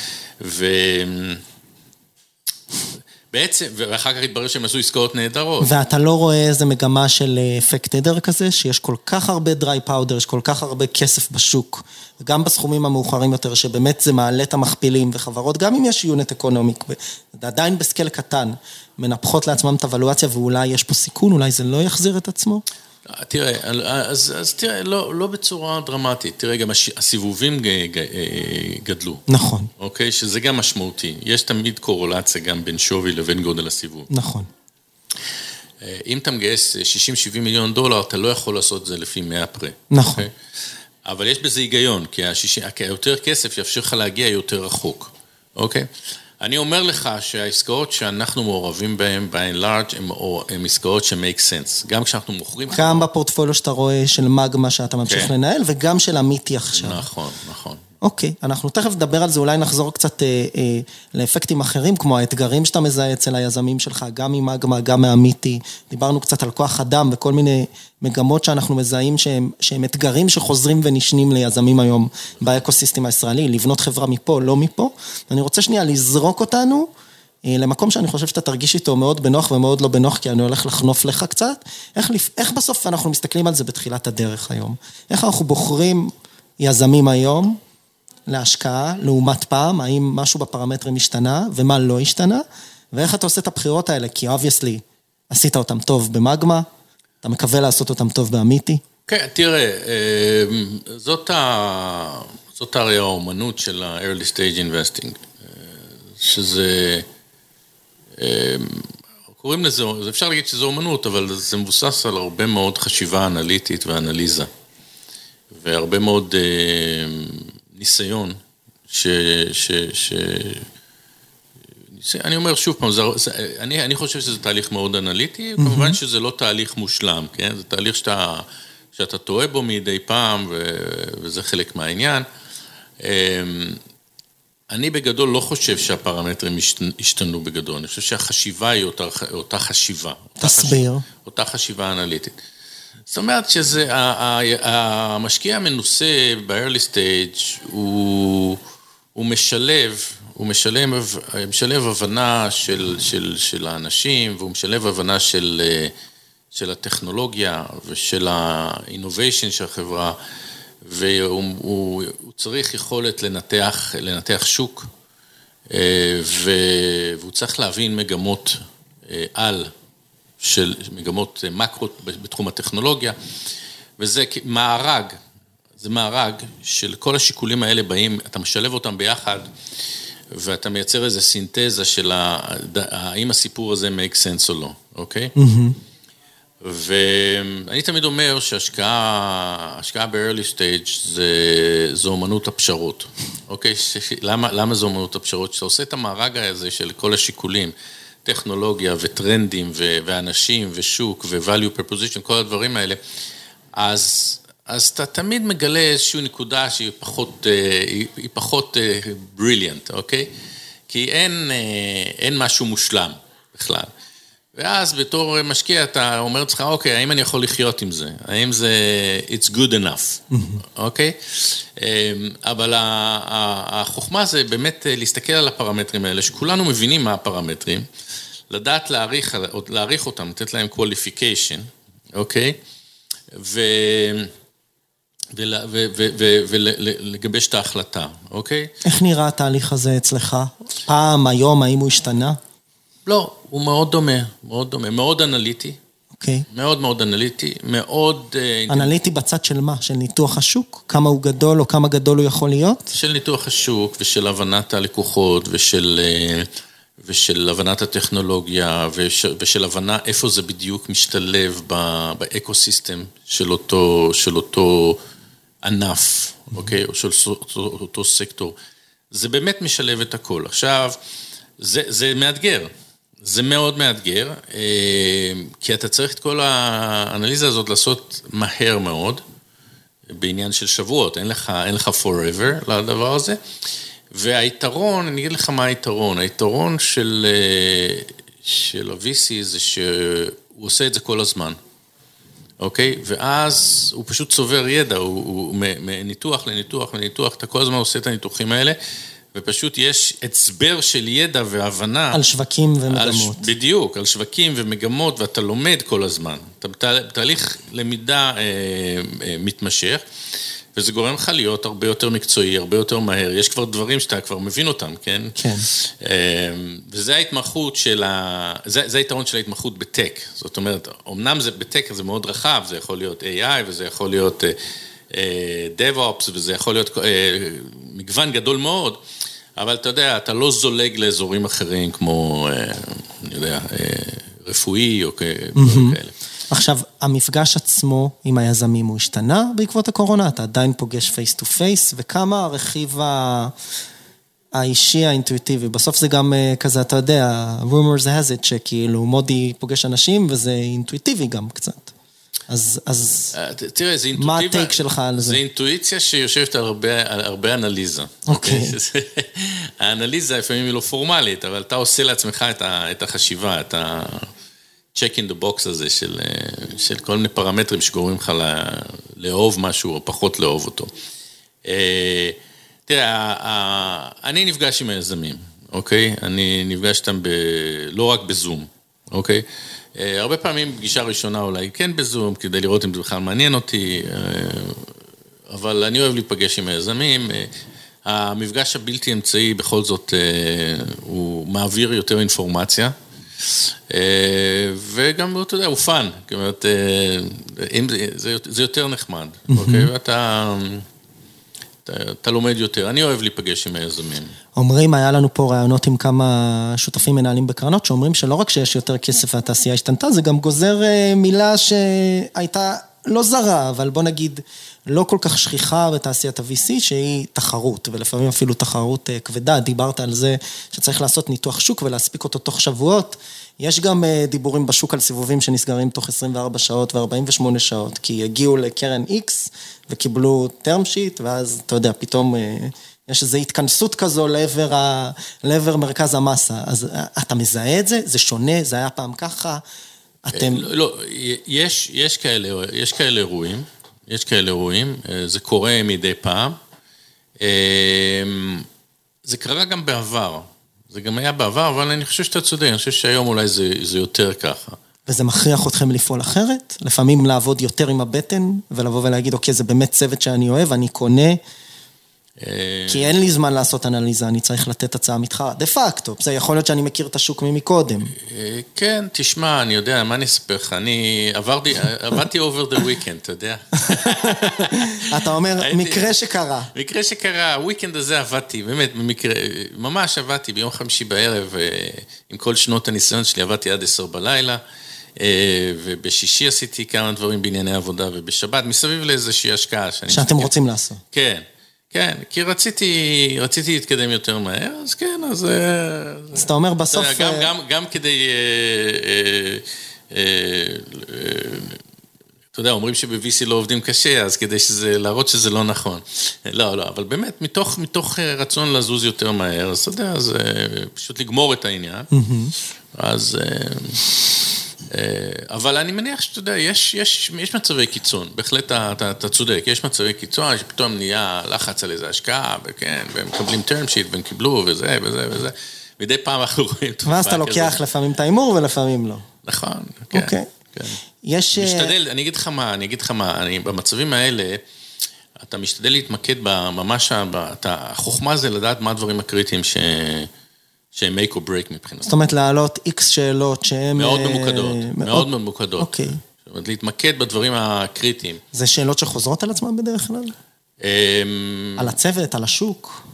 בעצם, ואחר כך התברר שהם עשו עסקאות נהדרות. ואתה לא רואה איזה מגמה של אפקט תדר כזה, שיש כל כך הרבה דרי פאודר, יש כל כך הרבה כסף בשוק, וגם בסכומים המאוחרים יותר, שבאמת זה מעלה את המכפילים, וחברות, גם אם יש יונט אקונומיק, עדיין בסקל קטן, מנפחות לעצמם את הוולואציה, ואולי יש פה סיכון, אולי זה לא יחזיר את עצמו? תראה, אז תראה, לא בצורה דרמטית, תראה, גם הסיבובים גדלו. נכון. אוקיי, שזה גם משמעותי. יש תמיד קורולציה גם בין שווי לבין גודל הסיבוב. נכון. אם אתה מגייס 60-70 מיליון דולר, אתה לא יכול לעשות את זה לפי 100 פרה. נכון. אבל יש בזה היגיון, כי יותר כסף יאפשר לך להגיע יותר רחוק. אוקיי? אני אומר לך שהעסקאות שאנחנו מעורבים בהן, by and large, הן עסקאות ש-make sense. גם כשאנחנו מוכרים... גם בפורטפוליו שאתה רואה של מגמה שאתה ממשיך לנהל, וגם של אמיתי עכשיו. נכון. אוקיי, אנחנו תכף נדבר על זה, אולי נחזור קצת לאפקטים אחרים, כמו האתגרים שאתה מזהה אצל היזמים שלך, גם ממגמה, גם מאמיתי. דיברנו קצת על כוח אדם וכל מיני מגמות שאנחנו מזהים שהם אתגרים שחוזרים ונשנים ליזמים היום באקוסיסטם הישראלי, לבנות חברה מפה, לא מפה. אני רוצה שנייה לזרוק אותנו למקום שאני חושב שאתה תרגיש איתו מאוד בנוח ומאוד לא בנוח, כי אני הולך לחנוף לך קצת. איך בסוף אנחנו מסתכלים על זה בתחילת הדרך היום? איך אנחנו בוחרים יזמים היום להשקעה, לעומת פעם, האם משהו בפרמטרים השתנה, ומה לא השתנה, ואיך אתה עושה את הבחירות האלה, כי obviously עשית אותם טוב במגמה, אתה מקווה לעשות אותם טוב באמיתי. כן, תראה, זאת הרי האומנות של ה-early stage investing, שזה, קוראים לזה, אפשר להגיד שזה אומנות, אבל זה מבוסס על הרבה מאוד חשיבה אנליטית ואנליזה, והרבה מאוד ניסיון, אני אומר שוב פעם, אני חושב שזה תהליך מאוד אנליטי, כמובן שזה לא תהליך מושלם, כן? זה תהליך שאתה טועה בו מדי פעם, וזה חלק מהעניין. אני בגדול לא חושב שהפרמטרים השתנו בגדול, אני חושב שהחשיבה היא אותה חשיבה. תסביר. אותה חשיבה אנליטית. זאת אומרת שזה, המשקיע המנוסה ב-early stage הוא משלב הבנה של האנשים, והוא משלב הבנה של הטכנולוגיה ושל ה-innovation של החברה, והוא צריך יכולת לנתח שוק, והוא צריך להבין מגמות על, של מגמות מקרו בתחום הטכנולוגיה, וזה מארג, זה מארג של כל השיקולים האלה באים, אתה משלב אותם ביחד, ואתה מייצר איזו סינתזה של האם הסיפור הזה make sense או לא, אוקיי? ואני תמיד אומר שהשקעה ב-early stage זה אומנות הפשרות, אוקיי? למה זה אומנות הפשרות? כשאתה עושה את המארג הזה של כל השיקולים, טכנולוגיה וטרנדים ואנשים ושוק ו-value proposition, כל הדברים האלה, אז אתה תמיד מגלה איזושהי נקודה שהיא פחות brilliant, אוקיי? כי אין משהו מושלם בכלל. ואז בתור משקיע אתה אומר לך, אוקיי, האם אני יכול לחיות עם זה? האם זה it's good enough? אוקיי? אבל החוכמה זה באמת להסתכל על הפרמטרים האלה, שכולנו מבינים מה הפרמטרים, לדעת להעריך אותם, לתת להם qualification, אוקיי? ולגבש את ההחלטה, אוקיי? איך נראה התהליך הזה אצלך? פעם, היום, האם הוא השתנה? לא, הוא מאוד דומה, מאוד דומה, מאוד אנליטי. אוקיי. מאוד מאוד אנליטי, מאוד... אנליטי בצד של מה? של ניתוח השוק? כמה הוא גדול או כמה גדול הוא יכול להיות? של ניתוח השוק ושל הבנת הלקוחות ושל הבנת הטכנולוגיה ושל הבנה איפה זה בדיוק משתלב באקוסיסטם של אותו ענף, אוקיי? או של אותו סקטור. זה באמת משלב את הכל. עכשיו, זה מאתגר. זה מאוד מאתגר, כי אתה צריך את כל האנליזה הזאת לעשות מהר מאוד, בעניין של שבועות, אין לך forever לדבר הזה, והיתרון, אני אגיד לך מה היתרון, היתרון של ה-VC זה שהוא עושה את זה כל הזמן, אוקיי? ואז הוא פשוט צובר ידע, הוא מניתוח לניתוח לניתוח, אתה כל הזמן עושה את הניתוחים האלה, ופשוט יש הצבר של ידע והבנה. על שווקים ומגמות. בדיוק, על שווקים ומגמות, ואתה לומד כל הזמן. אתה בתהליך למידה מתמשך, וזה גורם לך להיות הרבה יותר מקצועי, הרבה יותר מהר. יש כבר דברים שאתה כבר מבין אותם, כן? כן. וזה ההתמחות זה היתרון של ההתמחות בטק. זאת אומרת, אמנם זה בטק, זה מאוד רחב, זה יכול להיות AI, וזה יכול להיות DevOps, וזה יכול להיות מגוון גדול מאוד, אבל אתה יודע, אתה לא זולג לאזורים אחרים כמו, אני יודע, רפואי או כאלה. עכשיו, המפגש עצמו עם היזמים הוא השתנה בעקבות הקורונה, אתה עדיין פוגש פייס טו פייס, וכמה הרכיב האישי האינטואיטיבי, בסוף זה גם כזה, אתה יודע, rumors has it, שכאילו מודי פוגש אנשים, וזה אינטואיטיבי גם קצת. אז תראה, מה הטייק שלך על זה? זה אינטואיציה שיושבת על הרבה אנליזה. אוקיי. האנליזה לפעמים היא לא פורמלית, אבל אתה עושה לעצמך את החשיבה, את ה-check in the box הזה של כל מיני פרמטרים שגורמים לך לאהוב משהו או פחות לאהוב אותו. תראה, אני נפגש עם היזמים, אוקיי? אני נפגש איתם לא רק בזום, אוקיי? הרבה פעמים פגישה ראשונה אולי כן בזום, כדי לראות אם זה בכלל מעניין אותי, אבל אני אוהב להיפגש עם היזמים. המפגש הבלתי אמצעי בכל זאת הוא מעביר יותר אינפורמציה, וגם, אתה יודע, הוא פן, זאת אומרת, זה יותר נחמד, אוקיי? ואתה לומד יותר. אני אוהב להיפגש עם היזמים. אומרים, היה לנו פה רעיונות עם כמה שותפים מנהלים בקרנות, שאומרים שלא רק שיש יותר כסף והתעשייה השתנתה, זה גם גוזר מילה שהייתה לא זרה, אבל בוא נגיד, לא כל כך שכיחה בתעשיית ה-VC, שהיא תחרות, ולפעמים אפילו תחרות כבדה. דיברת על זה שצריך לעשות ניתוח שוק ולהספיק אותו תוך שבועות. יש גם דיבורים בשוק על סיבובים שנסגרים תוך 24 שעות ו-48 שעות, כי הגיעו לקרן X וקיבלו term sheet, ואז אתה יודע, פתאום יש איזו התכנסות כזו לעבר מרכז המסה. אז אתה מזהה את זה? זה שונה? זה היה פעם ככה? לא, יש כאלה אירועים. יש כאלה אירועים, זה קורה מדי פעם. זה קרה גם בעבר. זה גם היה בעבר, אבל אני חושב שאתה צודק, אני חושב שהיום אולי זה יותר ככה. וזה מכריח אתכם לפעול אחרת? לפעמים לעבוד יותר עם הבטן, ולבוא ולהגיד, אוקיי, זה באמת צוות שאני אוהב, אני קונה, כי אין לי זמן לעשות אנליזה, אני צריך לתת הצעה מתחרה. דה פקטו, זה יכול להיות שאני מכיר את השוק ממקודם. כן, תשמע, אני יודע, מה אני אספר לך? אני עבדתי over the weekend, אתה יודע. אתה אומר, מקרה שקרה. מקרה שקרה, הוויקנד הזה עבדתי, באמת, ממש עבדתי ביום חמישי בערב, עם כל שנות הניסיון שלי, עבדתי עד 10 בלילה, ובשישי עשיתי כמה דברים בענייני עבודה, ובשבת, מסביב לאיזושהי השקעה. שאתם רוצים לעשות. כן. כן, כי רציתי להתקדם יותר מהר, אז כן, אז אתה אומר בסוף... גם כדי אתה יודע, אומרים שב-VC לא עובדים קשה, אז כדי להראות שזה לא נכון. לא, אבל באמת, מתוך רצון לזוז יותר מהר, אז אתה יודע, אז פשוט לגמור את העניין. אז, אבל אני מניח שאתה יודע, יש מצבי קיצון, בהחלט אתה צודק, יש מצבי קיצון, שפתאום נהיה לחץ על איזה השקעה, וכן, והם מקבלים term sheet, והם קיבלו, וזה. מדי פעם אנחנו רואים תופעה כזאת. ואז אתה לוקח לפעמים את האימור ולפעמים לא. נכון, כן. אוקיי. משתדל, אני אגיד לך מה, במצבים האלה, אתה משתדל להתמקד ממש, החוכמה זה לדעת מה הדברים הקריטיים שהם make or break מבחינת. זאת אומרת, להעלות X שאלות שהן... מאוד ממוקדות. אוקיי. זאת אומרת, להתמקד בדברים הקריטיים. זה שאלות שחוזרות על עצמם בדרך כלל? על הצוות, על השוק?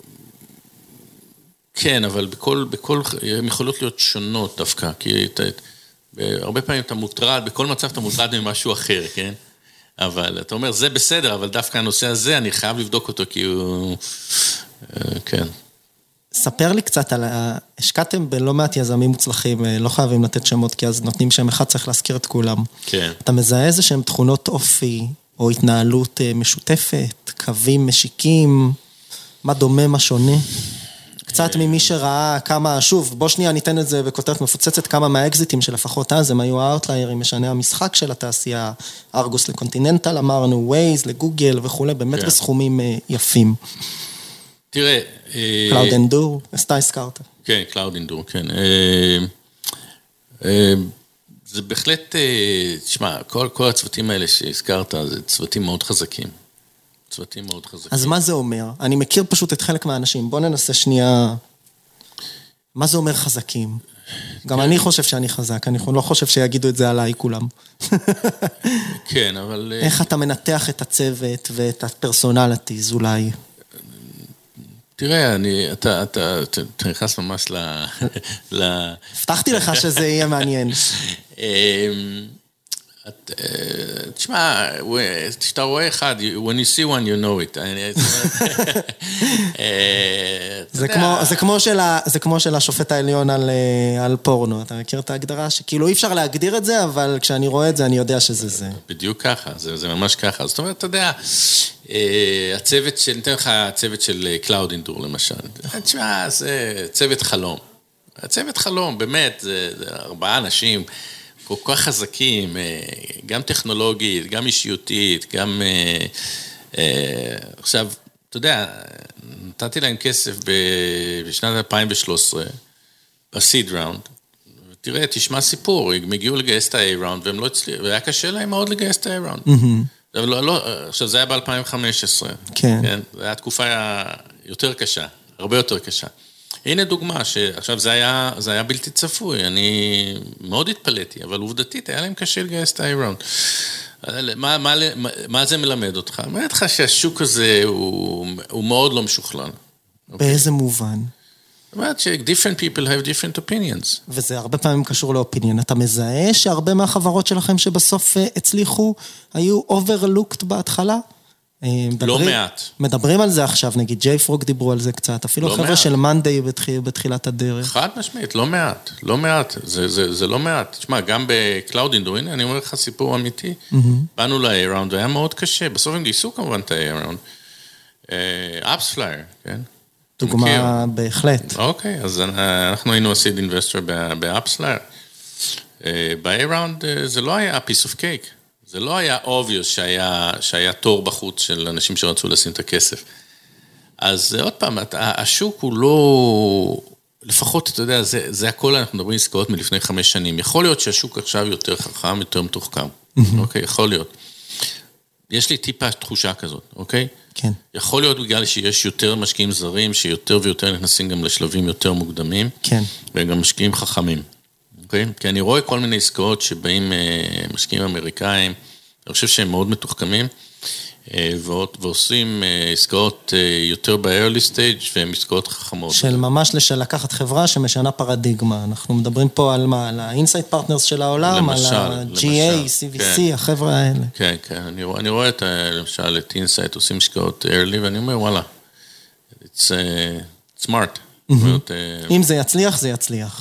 כן, אבל הן יכולות להיות שונות דווקא, כי הרבה פעמים אתה מוטרד, בכל מצב אתה מוטרד ממשהו אחר, כן? אבל אתה אומר, זה בסדר, אבל דווקא הנושא הזה, אני חייב לבדוק אותו, כי הוא... כן. ספר לי קצת על... השקעתם בלא מעט יזמים מוצלחים, לא חייבים לתת שמות, כי אז נותנים שם אחד, צריך להזכיר את כולם. כן. אתה מזהה איזה שהם תכונות אופי, או התנהלות משותפת, קווים משיקים, מה דומה, מה שונה? קצת ממי שראה כמה, שוב, בוא שנייה ניתן את זה בכותרת מפוצצת, כמה מהאקזיטים שלפחות אז, הם היו האוטליירים, משנה המשחק של התעשייה, ארגוס לקונטיננטל, אמרנו, ווייז, לגוגל וכו', באמת בסכומים יפים. תראה... קלאוד אנדור, אתה הזכרת. כן, קלאוד אנדור, כן. זה בהחלט, תשמע, כל הצוותים האלה שהזכרת, זה צוותים מאוד חזקים. צוותים מאוד חזקים. אז מה זה אומר? אני מכיר פשוט את חלק מהאנשים. בוא ננסה שנייה... מה זה אומר חזקים? גם אני חושב שאני חזק, אני לא חושב שיגידו את זה עליי כולם. כן, אבל... איך אתה מנתח את הצוות ואת הפרסונליטיז אולי? תראה, אתה נכנס ממש הבטחתי לך שזה יהיה מעניין. תשמע, כשאתה רואה אחד, when you see one, you know it. זה כמו של השופט העליון על פורנו. אתה מכיר את ההגדרה שכאילו אי אפשר להגדיר את זה, אבל כשאני רואה את זה, אני יודע שזה זה. בדיוק ככה, זה ממש ככה. זאת אומרת, אתה יודע, הצוות של, ניתן לך הצוות של קלאוד אנדור למשל. תשמע, זה צוות חלום. הצוות חלום, באמת, זה 4 אנשים, כל כך חזקים, גם טכנולוגית, גם אישיותית, גם... עכשיו, אתה יודע, נתתי להם כסף בשנת 2013, בסיד ראונד, ותראה, תשמע סיפור, הם הגיעו לגייס את ה-A ראונד, והם לא הצליחו, והיה קשה להם מאוד לגייס את ה-A ראונד. עכשיו, זה היה ב-2015. כן. זו הייתה תקופה יותר קשה, הרבה יותר קשה. הנה דוגמה, שעכשיו זה היה בלתי צפוי, אני מאוד התפלאתי, אבל עובדתית היה להם קשה לגייס את ה-A-Round. מה זה מלמד אותך? אני אומר לך שהשוק הזה הוא מאוד לא משוכלל. באיזה מובן? זאת אומרת ש-different people have different opinions. וזה הרבה פעמים קשור לאופיניון. אתה מזהה שהרבה מהחברות שלכם שבסוף הצליחו, היו overlooked בהתחלה? לא מעט. מדברים על זה עכשיו, נגיד JFrog דיברו על זה קצת, אפילו החבר'ה של מאנדיי בתחילת הדרך. חד משמעית, לא מעט, לא מעט, זה לא מעט. תשמע, גם בקלאוד אנדור, הנה, אני אומר לך סיפור אמיתי, באנו ל-A-Round, והיה מאוד קשה, בסוף הם גייסו כמובן את ה-A-Round. AppsFlyer, כן? דוגמה בהחלט. אוקיי, אז אנחנו היינו הסיד אינבסטור ב-AppsFlyer. ב-A-Round זה לא היה piece of cake. זה לא היה obvious שהיה תור בחוץ של אנשים שרצו לשים את הכסף. אז עוד פעם, השוק הוא לא, לפחות, אתה יודע, זה הכל, אנחנו מדברים עסקאות מלפני 5 שנים. יכול להיות שהשוק עכשיו יותר חכם, יותר מתוחכם. אוקיי, יכול להיות. יש לי טיפה תחושה כזאת, אוקיי? כן. יכול להיות בגלל שיש יותר משקיעים זרים, שיותר ויותר נכנסים גם לשלבים יותר מוקדמים. כן. וגם משקיעים חכמים. כי אני רואה כל מיני עסקאות שבאים משקיעים אמריקאים, אני חושב שהם מאוד מתוחכמים, ועושים עסקאות יותר ב-early stage, והן עסקאות חכמות. של ממש לקחת חברה שמשנה פרדיגמה. אנחנו מדברים פה על מה? על ה-Insight Partners של העולם, על ה-GA, CVC, החברה האלה. כן, כן. אני רואה למשל את Insight, עושים עסקאות early, ואני אומר, וואלה, it's smart. אם זה יצליח, זה יצליח.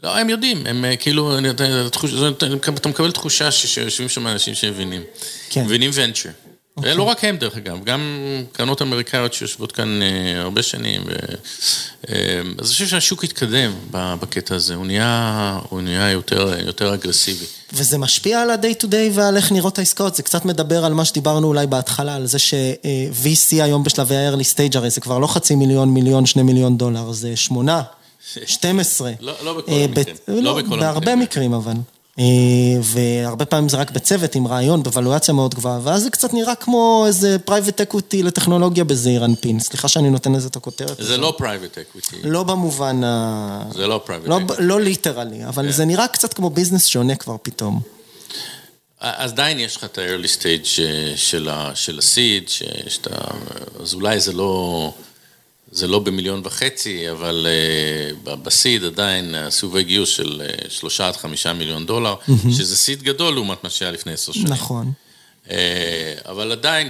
לא, הם יודעים, הם כאילו, אתה מקבל תחושה שיושבים שם אנשים שמבינים. כן. מבינים ונצ'ר. לא רק הם דרך אגב, גם קרנות אמריקאיות שיושבות כאן הרבה שנים. אז אני חושב שהשוק התקדם בקטע הזה, הוא נהיה יותר אגרסיבי. וזה משפיע על ה-day to day ועל איך נראות העסקאות, זה קצת מדבר על מה שדיברנו אולי בהתחלה, על זה ש-VC היום בשלבי ה-early stage, הרי זה כבר לא $500,000, $1,000,000, $2 מיליון, זה 8, 12. לא בכל המקרים. לא, בהרבה מקרים אבל. והרבה פעמים זה רק בצוות עם רעיון, בוולואציה מאוד גבוהה, ואז זה קצת נראה כמו איזה private equity לטכנולוגיה בזעיר אנפין. סליחה שאני נותן לזה את הכותרת. זה לא private equity. לא במובן זה לא private equity. לא ליטרלי, אבל זה נראה קצת כמו ביזנס שונה כבר פתאום. אז עדיין יש לך את ה-early stage של ה-seed, אז אולי זה לא ב1.5 מיליון, אבל בסיד עדיין עשו גיוס של 3-5 מיליון דולר, שזה סיד גדול לעומת מה שהיה לפני 10 שנים. נכון. אבל עדיין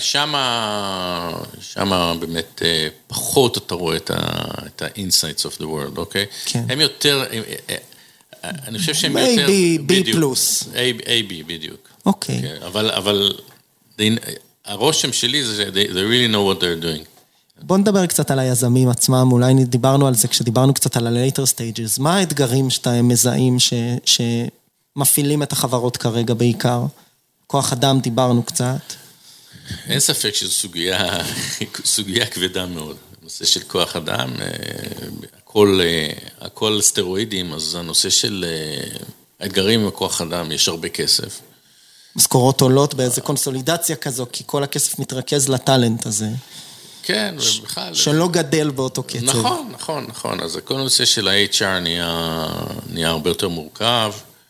שמה באמת פחות אתה רואה את ה-insights of the world, אוקיי? כן. הם יותר, אני חושב שהם יותר... B פלוס. AB, בדיוק. אוקיי. אבל הרושם שלי זה they really know what they're doing. בוא נדבר קצת על היזמים עצמם, אולי דיברנו על זה כשדיברנו קצת על ה-later stages, מה האתגרים שאתה מזהים שמפעילים את החברות כרגע בעיקר? כוח אדם דיברנו קצת. אין ספק שזו סוגיה כבדה מאוד, הנושא של כוח אדם, הכל סטרואידים, אז הנושא של האתגרים עם הכוח אדם, יש הרבה כסף. משכורות עולות באיזו קונסולידציה כזו, כי כל הכסף מתרכז לטלנט הזה. כן, ובכלל... שלא גדל באותו קצב. נכון. אז כל נושא של ה-HR נהיה הרבה יותר מורכב.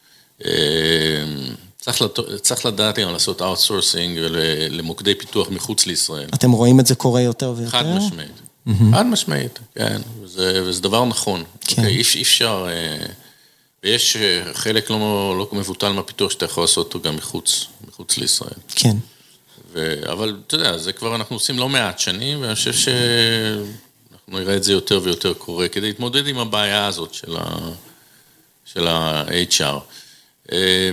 צריך לדעת אם לעשות אאוטסורסינג למוקדי פיתוח מחוץ לישראל. אתם רואים את זה קורה יותר ויותר? חד משמעית, כן. וזה דבר נכון. אי אפשר... ויש חלק לא מבוטל מהפיתוח שאתה יכול לעשות אותו גם מחוץ לישראל. כן. אבל אתה יודע, זה כבר אנחנו עושים לא מעט שנים, ואני חושב שאנחנו נראה את זה יותר ויותר קורה, כדי להתמודד עם הבעיה הזאת של ה-HR.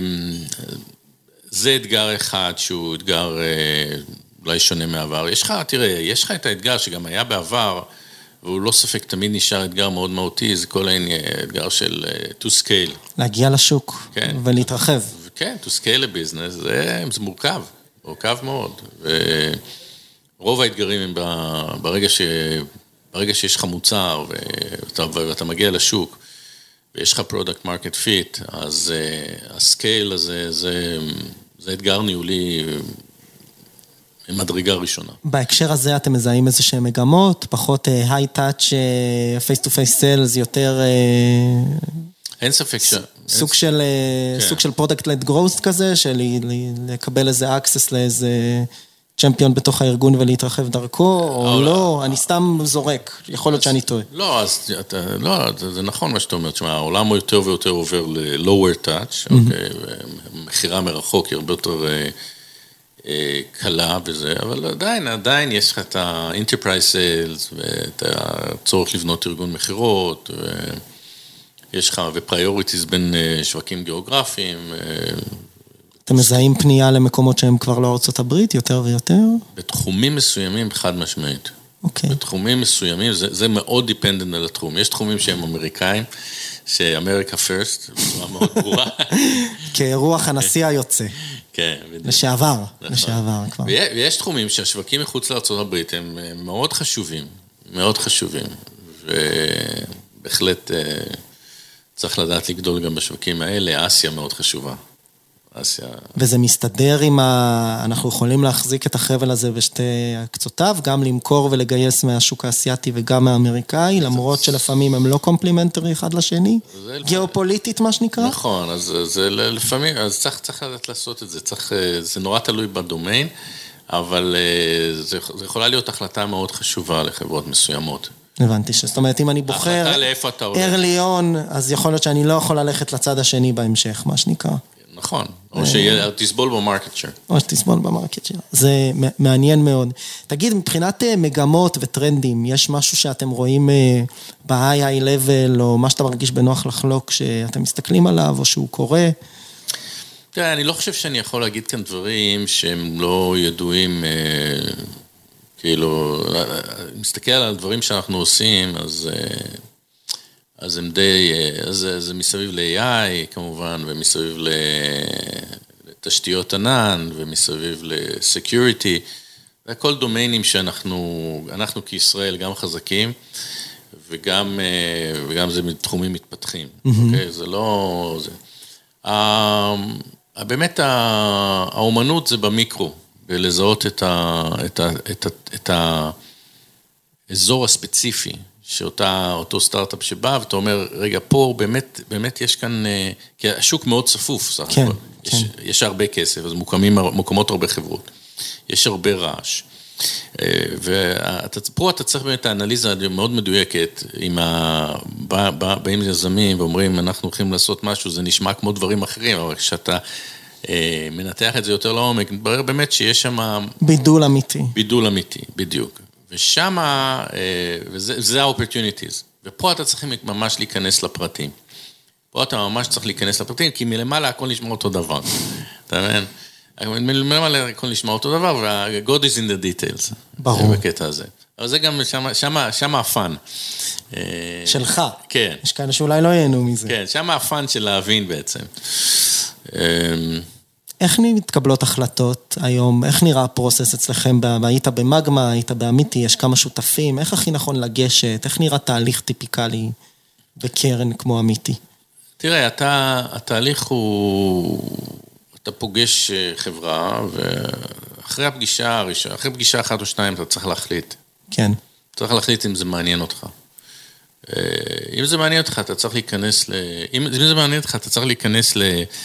זה אתגר אחד שהוא אתגר אולי שונה מעבר. יש לך את האתגר שגם היה בעבר, והוא לא ספק תמיד נשאר אתגר מאוד מהותי, זה כל האתגר של to scale. להגיע לשוק ולהתרחב. כן, to scale a business, זה מורכב מאוד, ורוב האתגרים הם ברגע שיש לך מוצר ואתה מגיע לשוק ויש לך product market fit, אז הסקייל הזה זה אתגר ניהולי מדרגה ראשונה. בהקשר הזה אתם מזהים איזה שהם מגמות, פחות high touch, face to face sales, יותר... אין ספק סוג של product-led growth כזה, של לקבל איזה access לאיזה צ'מפיון בתוך הארגון ולהתרחב דרכו, או לא, אני סתם זורק, יכול להיות שאני טועה. לא, זה נכון מה שאתה אומר, העולם הוא יותר ויותר עובר ל-lower touch, מחירה מרחוק היא הרבה יותר קלה בזה, אבל עדיין יש לך את ה-enterprise sales, ואת הצורך לבנות ארגון מחירות, יש לך ופריוריטיז בין שווקים גיאוגרפיים. אתם מזהים פנייה למקומות שהם כבר לא ארצות הברית, יותר ויותר? בתחומים מסוימים חד משמעית. אוקיי. בתחומים מסוימים, זה מאוד dependent על התחום. יש תחומים שהם אמריקאים, שאמריקה פירסט, בצורה מאוד ברורה. כרוח הנשיא היוצא. כן. לשעבר כבר. ויש תחומים שהשווקים מחוץ לארצות הברית הם מאוד חשובים, ובהחלט צריך לדעת לגדול גם בשווקים האלה, אסיה מאוד חשובה. וזה מסתדר עם אנחנו יכולים להחזיק את החבל הזה בשתי הקצותיו, גם למכור ולגייס מהשוק האסייתי וגם מהאמריקאי, למרות שלפעמים הם לא קומפלימנטרי אחד לשני, גיאופוליטית מה שנקרא. נכון, אז זה לפעמים, אז צריך לדעת לעשות את זה, זה נורא תלוי בדומיין, אבל זה יכולה להיות החלטה מאוד חשובה לחברות מסוימות. הבנתי, זאת אומרת, אם אני בוחר early on, אז יכול להיות שאני לא יכול ללכת לצד השני בהמשך, מה שנקרא. נכון, או שתסבול במרקט שייר. או שתסבול במרקט שייר. זה מעניין מאוד. תגיד, מבחינת מגמות וטרנדים, יש משהו שאתם רואים ב-high level, או מה שאתה מרגיש בנוח לחלוק, שאתם מסתכלים עליו, או שהוא קורה? תראה, אני לא חושב שאני יכול להגיד כאן דברים שהם לא ידועים, כאילו, מסתכל על הדברים שאנחנו עושים, אז הם די, זה מסביב ל-AI כמובן, ומסביב לתשתיות ענן, ומסביב ל-security, זה הכל דומיינים שאנחנו כישראל גם חזקים, וגם זה מתחומים מתפתחים, אוקיי? זה לא, באמת האומנות זה במיקרו, בלזהות את האזור הספציפי, שאותו סטארט-אפ שבא, ואתה אומר, רגע, פה באמת יש כאן, כי השוק מאוד צפוף, סך הכל. יש הרבה כסף, אז מוקמות הרבה חברות. יש הרבה רעש. ופה אתה צריך באמת האנליזה מאוד מדויקת, באים יזמים ואומרים, אנחנו הולכים לעשות משהו, זה נשמע כמו דברים אחרים, אבל כשאתה מנתח את זה יותר לעומק, נתברר באמת שיש שם בידול אמיתי. בידול אמיתי, בדיוק. ושם, וזה ה-opportunities. ופה אתה צריך ממש להיכנס לפרטים. פה אתה ממש צריך להיכנס לפרטים, כי מלמעלה הכל נשמע אותו דבר. אתה מבין? מלמעלה הכל נשמע אותו דבר, וה-God is in the details. ברור. בקטע הזה. אבל זה גם, שם הפן. שלך. כן. יש כאלה שאולי לא ייהנו מזה. כן, שם הפן של להבין בעצם. איך מתקבלות החלטות היום? איך נראה הפרוסס אצלכם? היית במגמה, היית באמיתי, יש כמה שותפים, איך הכי נכון לגשת? איך נראה תהליך טיפיקלי בקרן כמו אמיתי? תראה, התהליך הוא, אתה פוגש חברה, ואחרי הפגישה הראשונה, אחרי פגישה אחת או שניים, אתה צריך להחליט. כן. צריך להחליט אם זה מעניין אותך. אם זה מעניין אותך, אתה צריך להיכנס אם זה מעניין אותך, אתה צריך להיכנס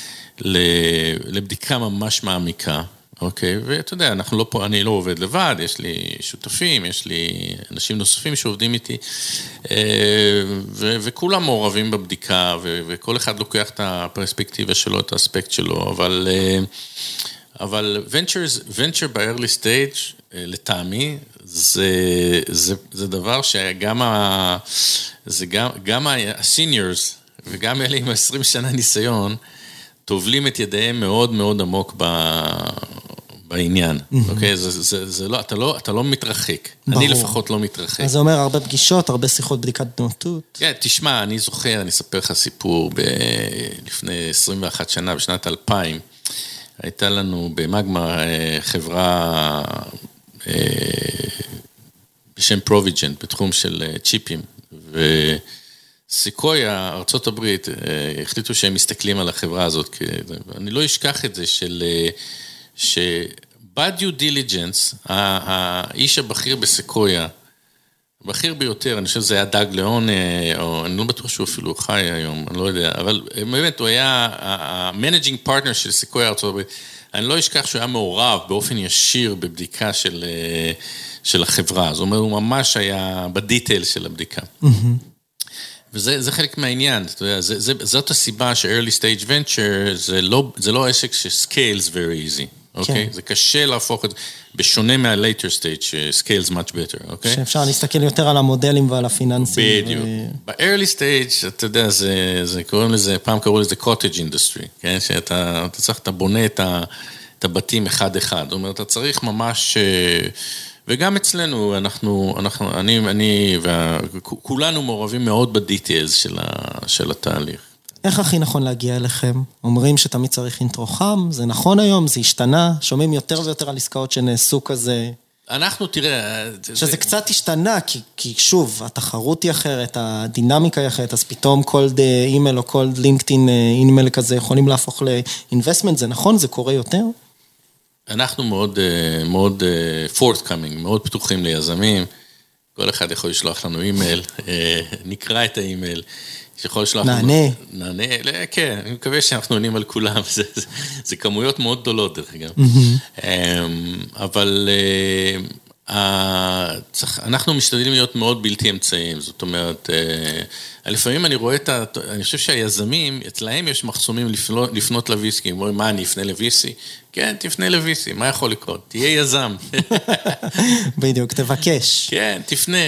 לבדיקה ממש מעמיקה, אוקיי? ואתה יודע, אני לא עובד לבד, יש לי שותפים, יש לי אנשים נוספים שעובדים איתי, וכולם מעורבים בבדיקה, וכל אחד לוקח את הפרספקטיבה שלו, את האספקט שלו, אבל venture ב-early stage, לטעמי, זה דבר שגם ה-seniors, וגם אלה עם 20 שנה ניסיון, תובלים את ידיהם מאוד מאוד עמוק בעניין, אוקיי? אתה לא מתרחק. אני לפחות לא מתרחק. אז זה אומר הרבה פגישות, הרבה שיחות בדיקת נאותות. כן, תשמע, אני זוכר, אני אספר לך סיפור, לפני 21 שנה, בשנת 2000, הייתה לנו במגמה חברה בשם פרוביג'נט, בתחום של צ'יפים, סיקויה, ארצות הברית, החליטו שהם מסתכלים על החברה הזאת, אני לא אשכח את זה, ב-due diligence, האיש הבכיר בסיקויה, הבכיר ביותר, אני חושב שזה היה דאג ליאון, או אני לא בטוח שהוא אפילו חי היום, אני לא יודע, אבל באמת הוא היה ה-managing partner של סיקויה ארצות הברית, אני לא אשכח שהוא היה מעורב באופן ישיר בבדיקה של החברה, זאת אומרת, הוא ממש היה בדיטייל של הבדיקה. וזה חלק מהעניין, אתה יודע, זאת הסיבה ש-early stage venture זה לא עסק ש-scales very easy, אוקיי? זה קשה להפוך את זה, בשונה מה-later stage, ש-scales much better, אוקיי? שאפשר להסתכל יותר על המודלים ועל הפיננסים. בדיוק. ב-early stage, אתה יודע, קוראים לזה, פעם קראו לזה cottage industry, כן? שאתה צריך, אתה בונה את הבתים אחד-אחד, זאת אומרת, אתה צריך ממש... וגם אצלנו, אני וכולנו מעורבים מאוד בדיטיילס של התהליך. איך הכי נכון להגיע אליכם? אומרים שתמיד צריך אינטרו חם, זה נכון היום, זה השתנה, שומעים יותר ויותר על עסקאות שנעשו כזה. אנחנו, תראה... שזה קצת השתנה, כי שוב, התחרות היא אחרת, הדינמיקה היא אחרת, אז פתאום כל אימייל או כל לינקדאין אימייל כזה יכולים להפוך לאינבסטמנט, זה נכון? זה קורה יותר? אנחנו מאוד forthcoming, מאוד פתוחים ליזמים, כל אחד יכול לשלוח לנו אימייל, נקרא את האימייל, שיכול לשלוח לנו... נענה, כן, אני מקווה שאנחנו עונים על כולם, זה כמויות מאוד גדולות דרך אגב. אבל אנחנו משתדלים להיות מאוד בלתי אמצעיים, זאת אומרת, לפעמים אני רואה אני חושב שהיזמים, אצלהם יש מחסומים לפנות לוויסקי, אומרים, מה, אני אפנה לוויסקי? כן, תפנה לוויסקי, מה יכול לקרות? תהיה יזם. בדיוק, תבקש. כן, תפנה.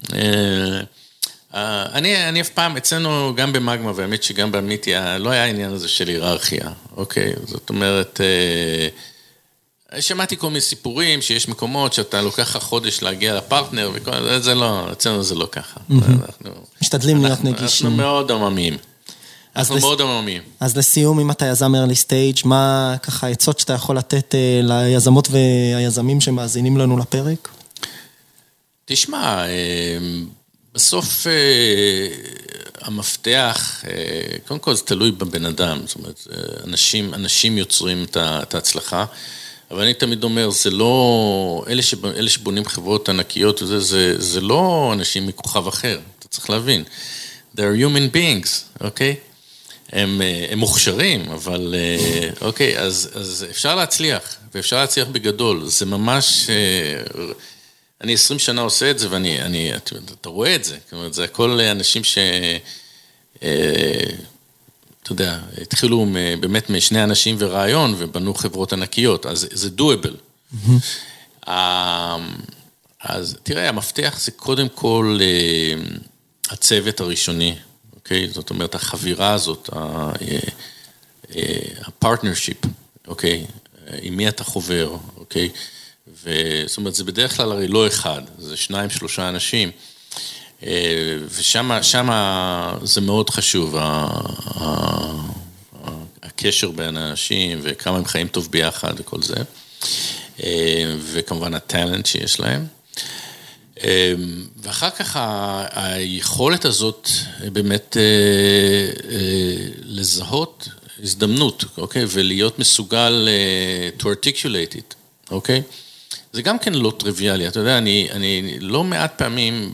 אני אף פעם, אצלנו גם במגמה, והאמת שגם באמיתי, לא היה העניין הזה של היררכיה, אוקיי? זאת אומרת, שמעתי כל מיני סיפורים שיש מקומות שאתה לוקח חודש להגיע לפרטנר, וכל זה לא, אצלנו זה לא ככה. משתדלים להיות נגישים. אנחנו מאוד עממיים. אנחנו מאוד עממיים. אז לסיום, אם אתה יזם early stage, מה ככה עצות שאתה יכול לתת ליזמות והיזמים שמאזינים לנו לפרק? תשמע, בסוף המפתח, קודם כל זה תלוי בבן אדם, זאת אומרת, אנשים יוצרים את ההצלחה, אבל אני תמיד אומר, זה לא, אלה שבונים חברות ענקיות, זה לא אנשים מכוכב אחר, אתה צריך להבין. They are human beings, אוקיי? הם מוכשרים, אבל אוקיי, אז אפשר להצליח, ואפשר להצליח בגדול. זה ממש, אני 20 שנה עושה את זה, אתה רואה את זה. זאת אומרת, זה הכל אנשים אתה יודע, התחילו באמת משני אנשים ורעיון, ובנו חברות ענקיות, אז זה doable. אז תראה, המפתח זה קודם כל הצוות הראשוני, אוקיי? זאת אומרת, החבירה הזאת, הפרטנרשיפ, אוקיי? עם מי אתה חובר, אוקיי? זאת אומרת, זה בדרך כלל הרי לא אחד, זה 2-3 אנשים, ושם זה מאוד חשוב, הקשר בין האנשים, וכמה הם חיים טוב ביחד וכל זה, וכמובן הטלנט שיש להם. ואחר כך היכולת הזאת באמת לזהות הזדמנות, אוקיי? ולהיות מסוגל to articulate it, אוקיי? זה גם כן לא טריוויאלי, אתה יודע, אני לא מעט פעמים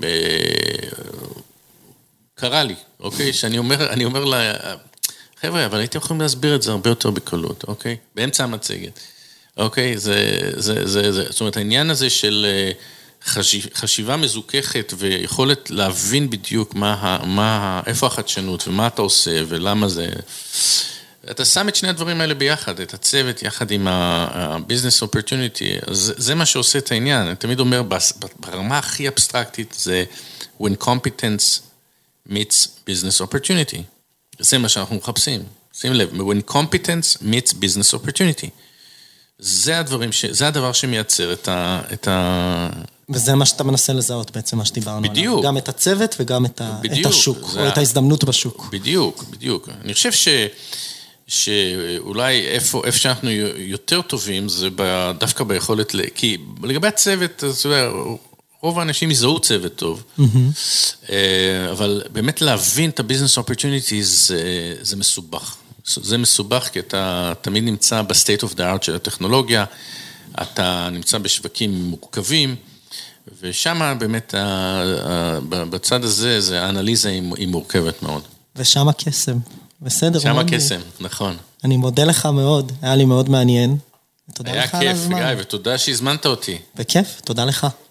קרה לי, אוקיי? שאני אומר לה, חבר'ה, אבל הייתם יכולים להסביר את זה הרבה יותר בקלות, אוקיי? באמצע המצגת, אוקיי? זאת אומרת, העניין הזה של חשיבה מזוכחת ויכולת להבין בדיוק איפה החדשנות ומה אתה עושה ולמה זה. אתה שם את שני הדברים האלה ביחד, את הצוות יחד עם ה-business opportunity, אז זה מה שעושה את העניין. אני תמיד אומר, ברמה הכי אבסטרקטית זה when competence meets business opportunity. זה מה שאנחנו מחפשים. שים לב, when competence meets business opportunity. זה הדבר שמייצר את ה... וזה מה שאתה מנסה לזהות בעצם, מה שדיברנו עליו. בדיוק. גם את הצוות וגם את השוק, או את ההזדמנות בשוק. בדיוק. אני חושב שאולי איפה שאנחנו יותר טובים, זה דווקא ביכולת, כי לגבי הצוות, רוב האנשים יזהו צוות טוב, אבל באמת להבין את ה-business opportunities זה מסובך. זה מסובך כי אתה תמיד נמצא ב-state of the art של הטכנולוגיה, אתה נמצא בשווקים מורכבים, ושם באמת בצד הזה, האנליזה היא מורכבת מאוד. ושם הקסם. בסדר. שם הקסם, נכון. אני מודה לך מאוד, היה לי מאוד מעניין. תודה לך על הזמן. היה כיף, גיא, ותודה שהזמנת אותי. בכיף, תודה לך.